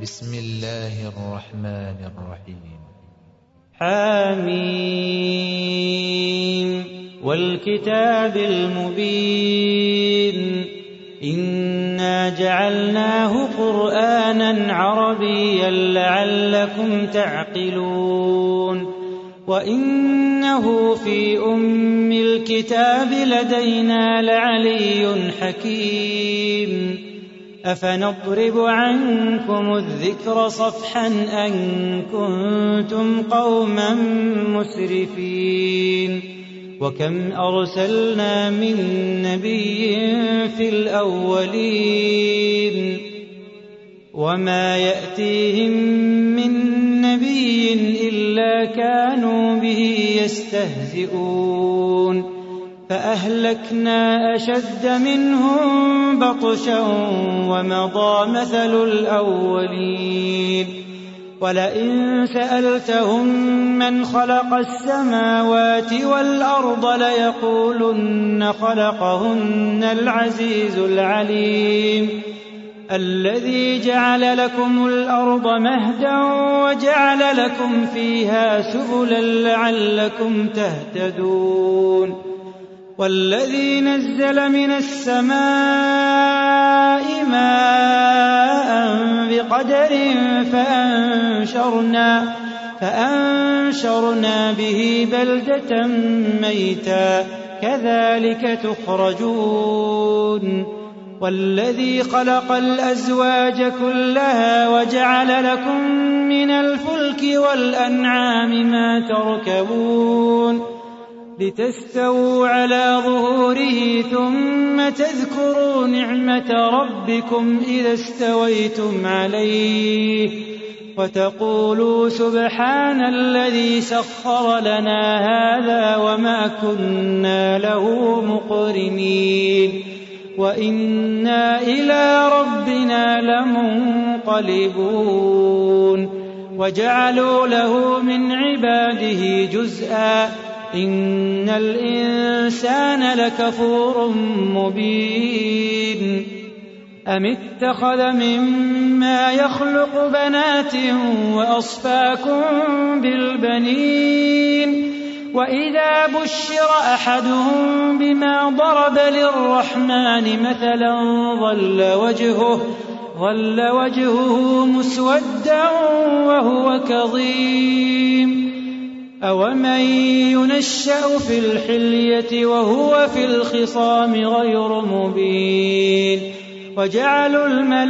بسم الله الرحمن الرحيم. حميم والكتاب المبين إنا جعلناه قرآنا عربيا لعلكم تعقلون وإنه في أم الكتاب لدينا لعلي حكيم أفنضرب عنكم الذكر صفحا أن كنتم قوما مسرفين وكم أرسلنا من نبي في الأولين وما يأتيهم من نبي إلا كانوا به يستهزئون فأهلكنا أشد منهم بطشا ومضى مثل الأولين ولئن سألتهم من خلق السماوات والأرض ليقولن خلقهن العزيز العليم الذي جعل لكم الأرض مهدا وجعل لكم فيها سبلا لعلكم تهتدون والذي نزل من السماء ماء بقدر فأنشرنا به بلدة ميتا كذلك تخرجون والذي خلق الأزواج كلها وجعل لكم من الفلك والأنعام ما تركبون لتستووا على ظهوره ثم تذكروا نعمة ربكم إذا استويتم عليه وتقولوا سبحان الذي سخر لنا هذا وما كنا له مقرنين وإنا إلى ربنا لمنقلبون وجعلوا له من عباده جزءا إن الإنسان لكفور مبين أم اتخذ مما يخلق بنات وأصفاكم بالبنين وإذا بشر أحدهم بما ضرب للرحمن مثلا ظل وجهه مسودا وهو كظيم أومن ينشأ في الحلية وهو في الخصام غير مبين وجعلوا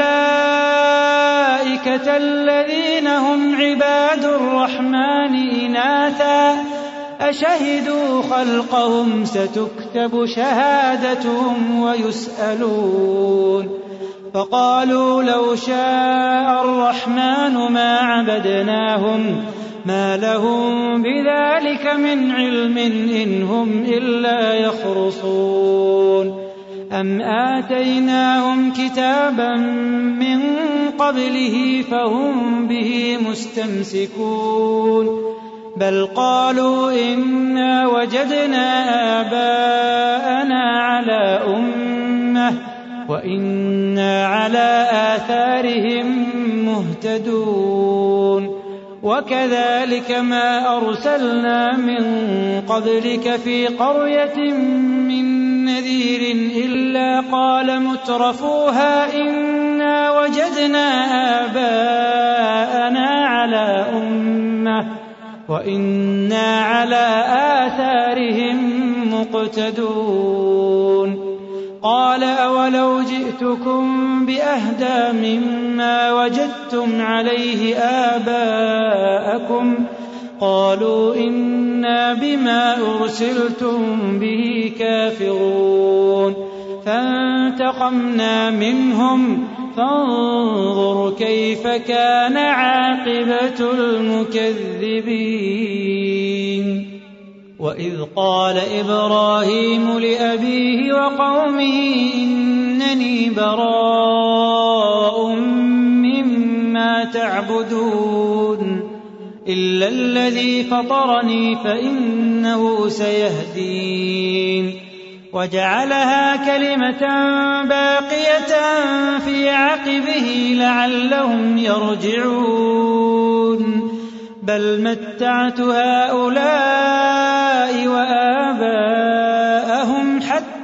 الملائكة الذين هم عباد الرحمن إناثا أشهدوا خلقهم ستكتب شهادتهم ويسألون فقالوا لو شاء الرحمن ما عبدناهم ما لهم بذلك من علم إن هم إلا يخرصون أم آتيناهم كتابا من قبله فهم به مستمسكون بل قالوا إنا وجدنا آباءنا على أمة وإنا على آثارهم مهتدون وكذلك ما أرسلنا من قبلك في قرية من نذير إلا قال مترفوها إنا وجدنا آباءنا على أمة وإنا على آثارهم مقتدون قال أولو جئتكم بأهدى مما وجدتم عليه آباءكم قالوا إنا بما أرسلتم به كافرون فانتقمنا منهم فانظر كيف كان عاقبة المكذبين وإذ قال إبراهيم لأبيه وقومه إنني براء مما تعبدون إلا الذي فطرني فإنه سيهدين وجعلها كلمة باقية في عقبه لعلهم يرجعون بل متعت هؤلاء وآباءهم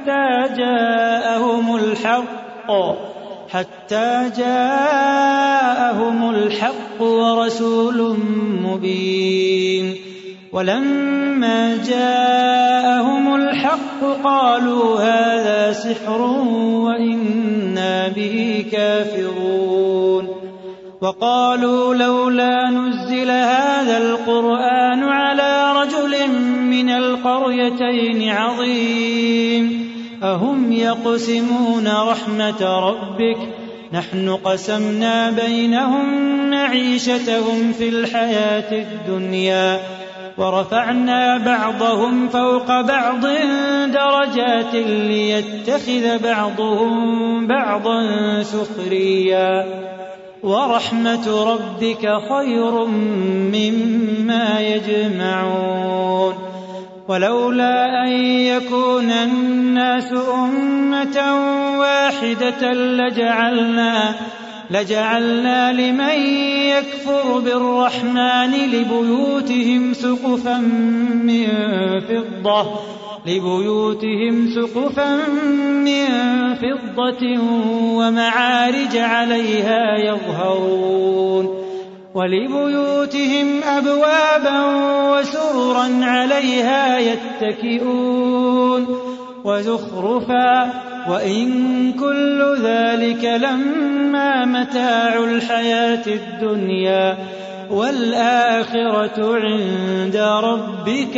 حتى جاءهم الحق ورسول مبين ولما جاءهم الحق قالوا هذا سحر وإنا به كافرون وقالوا لولا نزل هذا القرآن على رجل من القريتين عظيم أهم يقسمون رحمة ربك نحن قسمنا بينهم معيشتهم في الحياة الدنيا ورفعنا بعضهم فوق بعض درجات ليتخذ بعضهم بعضا سخريا ورحمة ربك خير مما يجمعون ولولا أن يكون الناس أمة واحدة لجعلنا لمن يكفر بالرحمن لبيوتهم سقفا من فضة ومعارج عليها يظهرون ولبيوتهم أبوابا وسررا عليها يتكئون وزخرفا وإن كل ذلك لما متاع الحياة الدنيا والآخرة عند ربك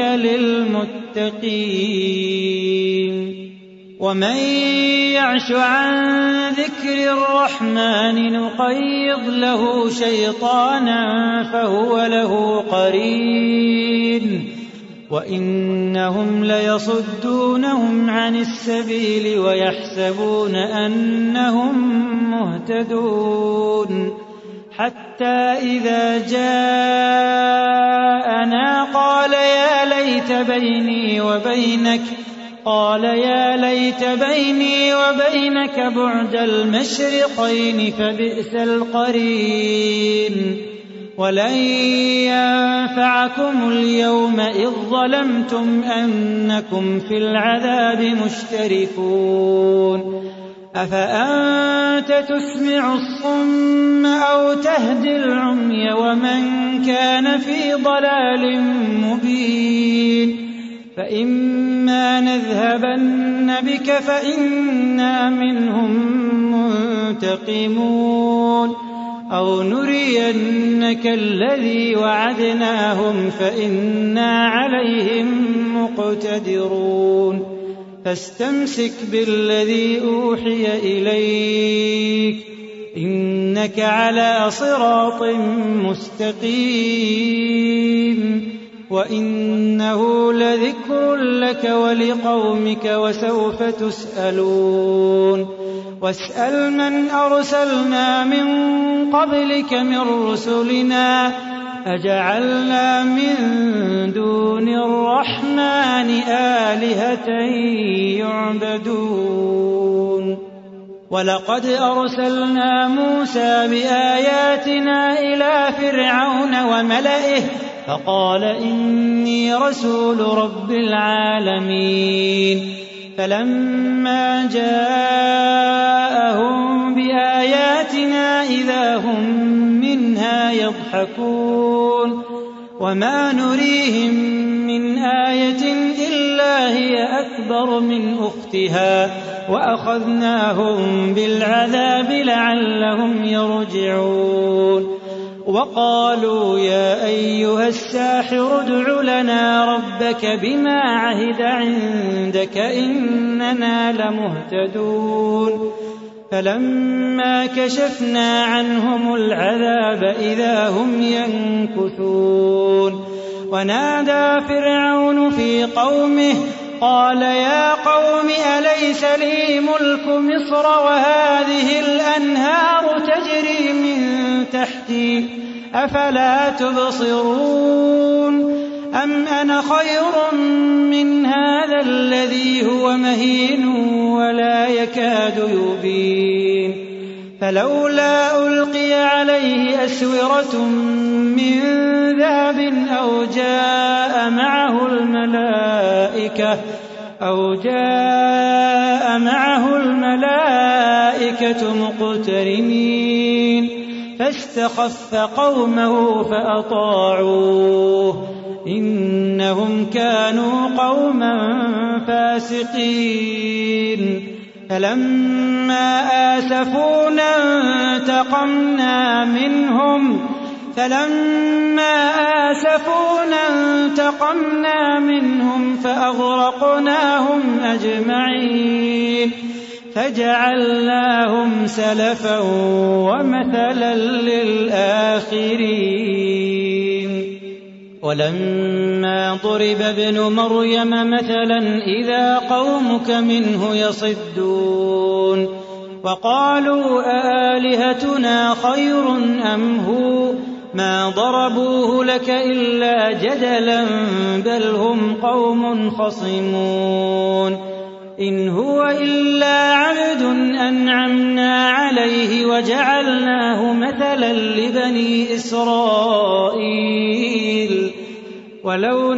للمتقين ومن يعش عن ذكر الرحمن نقيض له شيطانا فهو له قرين وإنهم ليصدونهم عن السبيل ويحسبون أنهم مهتدون حتى إذا جاءنا قال يا ليت بيني وبينك بعد المشرقين فبئس القرين ولن ينفعكم اليوم إذ ظلمتم أنكم في العذاب مشتركون أفأنت تسمع الصم أو تهدي العمي ومن كان في ضلال مبين فإما نذهبن بك فإنا منهم منتقمون أو نرينك الذي وعدناهم فإنا عليهم مقتدرون فاستمسك بالذي أوحي إليك إنك على صراط مستقيم وإنه لذكر لك ولقومك وسوف تسألون واسأل من أرسلنا من قبلك من رسلنا أجعلنا من دون الرحمن آلهة يعبدون ولقد أرسلنا موسى بآياتنا إلى فرعون وملئه فقال إني رسول رب العالمين فلما جاءهم بآياتنا إذا هم منها يضحكون وما نريهم من آية إلا هي أكبر من أختها وأخذناهم بالعذاب لعلهم يرجعون وقالوا يا أيها الساحر ادع لنا ربك بما عهد عندك إننا لمهتدون فلما كشفنا عنهم العذاب إذا هم ينكثون ونادى فرعون في قومه قال يا قوم أليس لي ملك مصر وهذه الأنهار تجري من تحتي أفلا تبصرون أم أنا خير من هذا الذي هو مهين ولا يكاد يبين فلولا ألقي عليه أسورة من ذهب أو جاء معه الملائكة مقترنين فاستخف قومه فأطاعوه إنهم كانوا قوما فاسقين فلما آسفونا انتقمنا منهم فأغرقناهم أجمعين فجعلناهم سلفا ومثلا للآخرين ولما ضرب ابن مريم مثلا إذا قومك منه يصدون وقالوا أآلهتنا خير أم هو ما ضربوه لك إلا جدلا بل هم قوم خصمون إن هو إلا عبد أنعمنا عليه وجعلناه مثلا لبني إسرائيل ولو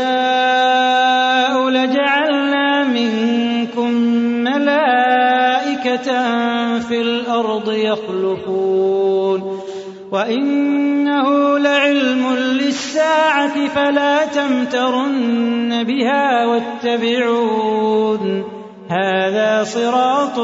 نشاء لجعلنا منكم ملائكة في الأرض يخلفون وإنه لعلم للساعة فلا تمترن بها واتبعون هذا صراط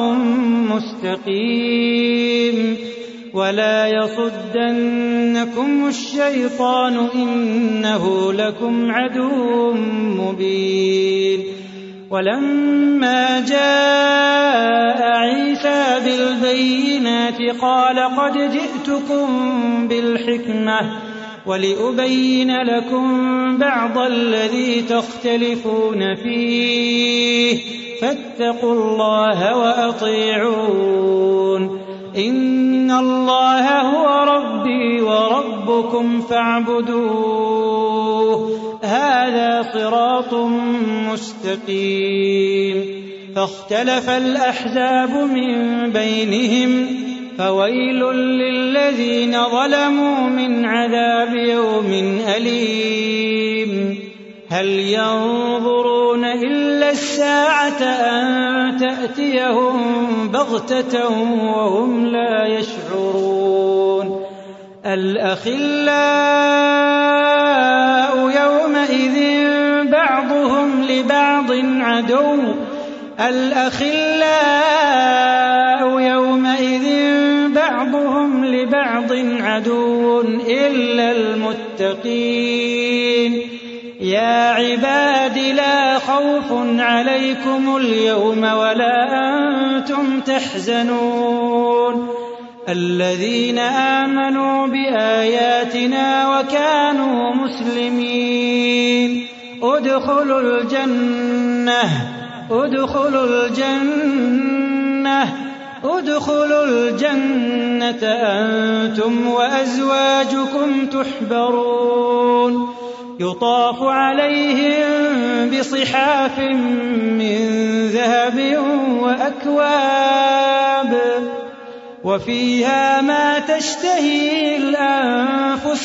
مستقيم ولا يصدنكم الشيطان إنه لكم عدو مبين ولما جاء عيسى بالبينات قال قد جئتكم بالحكمة ولأبين لكم بعض الذي تختلفون فيه فاتقوا الله وأطيعون إن الله هو ربي وربكم فاعبدوه هذا صراط مستقيم فاختلف الأحزاب من بينهم فويل للذين ظلموا من عذاب يوم أليم هل ينظرون إلا الساعة أن تأتيهم بغتة وهم لا يشعرون الأخلاء يومئذ بعضهم لبعض عدو إلا المتقين يا عباد لا خوف عليكم اليوم ولا أنتم تحزنون الذين آمنوا بآياتنا وكانوا مسلمين ادخلوا الجنة أنتم وأزواجكم تحبرون يطاف عليهم بصحاف من ذهب وأكواب وفيها ما تشتهيه الأنفس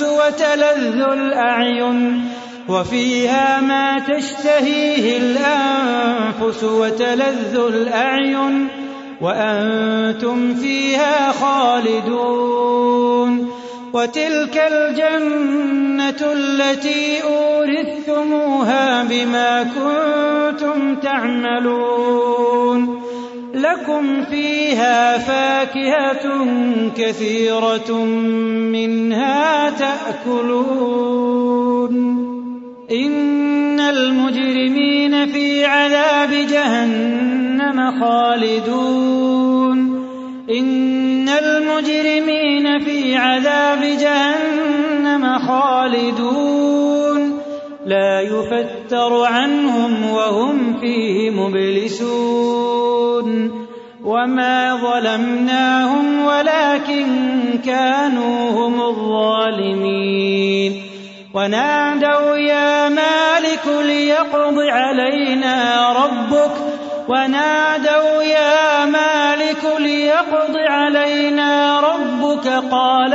وتلذ الأعين وأنتم فيها خالدون وتلك الجنة التي أورثتموها بما كنتم تعملون لكم فيها فاكهة كثيرة منها تأكلون إن المجرمين في عذاب جهنم خالدون لا يفتر عنهم وهم فيه مبلسون وما ظلمناهم ولكن كانوا هم الظالمين ونادوا يا مالك ليقض علينا ربك قال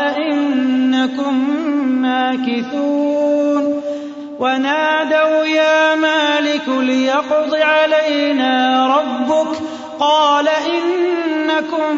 إنكم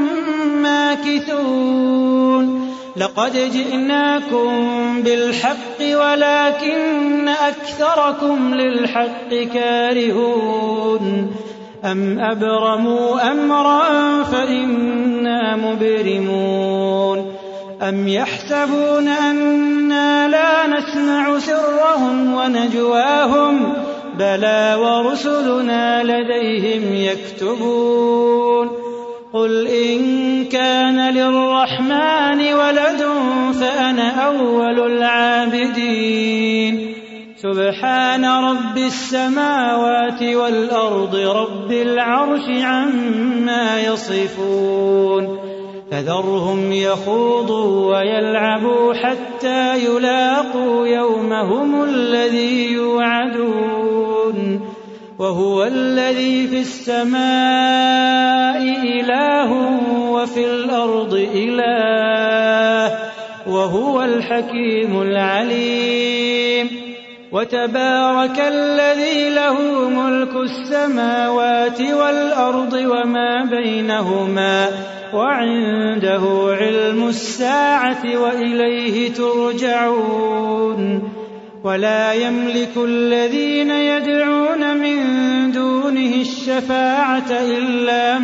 ماكثون لقد جئناكم بالحق ولكن أكثركم للحق كارهون أم أبرموا أمرا فإنا مبرمون أم يحسبون أنا لا نسمع سرهم ونجواهم بلى ورسلنا لديهم يكتبون قل إن كان للرحمن ولد فأنا أول العابدين سبحان رب السماوات والأرض رب العرش عما يصفون فذرهم يخوضوا ويلعبوا حتى يلاقوا يومهم الذي يوعدون وهو الذي في السماء إله وفي الأرض إله وهو الحكيم العليم وتبارك الذي له ملك السماوات والأرض وما بينهما وعنده علم الساعة وإليه ترجعون ولا يملك الذين يدعون من دونه الشفاعة إلا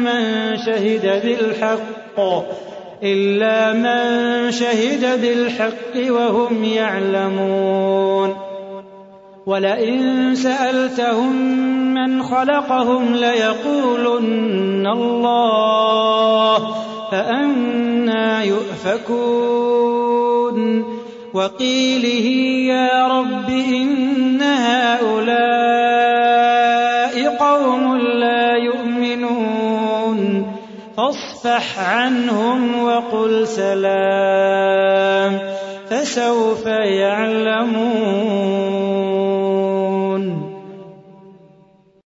من شهد بالحق وهم يعلمون ولئن سألتهم من خلقهم ليقولن الله فأنى يؤفكون وقيله يا رب إن هؤلاء قوم لا يؤمنون فاصفح عنهم وقل سلام فسوف يعلمون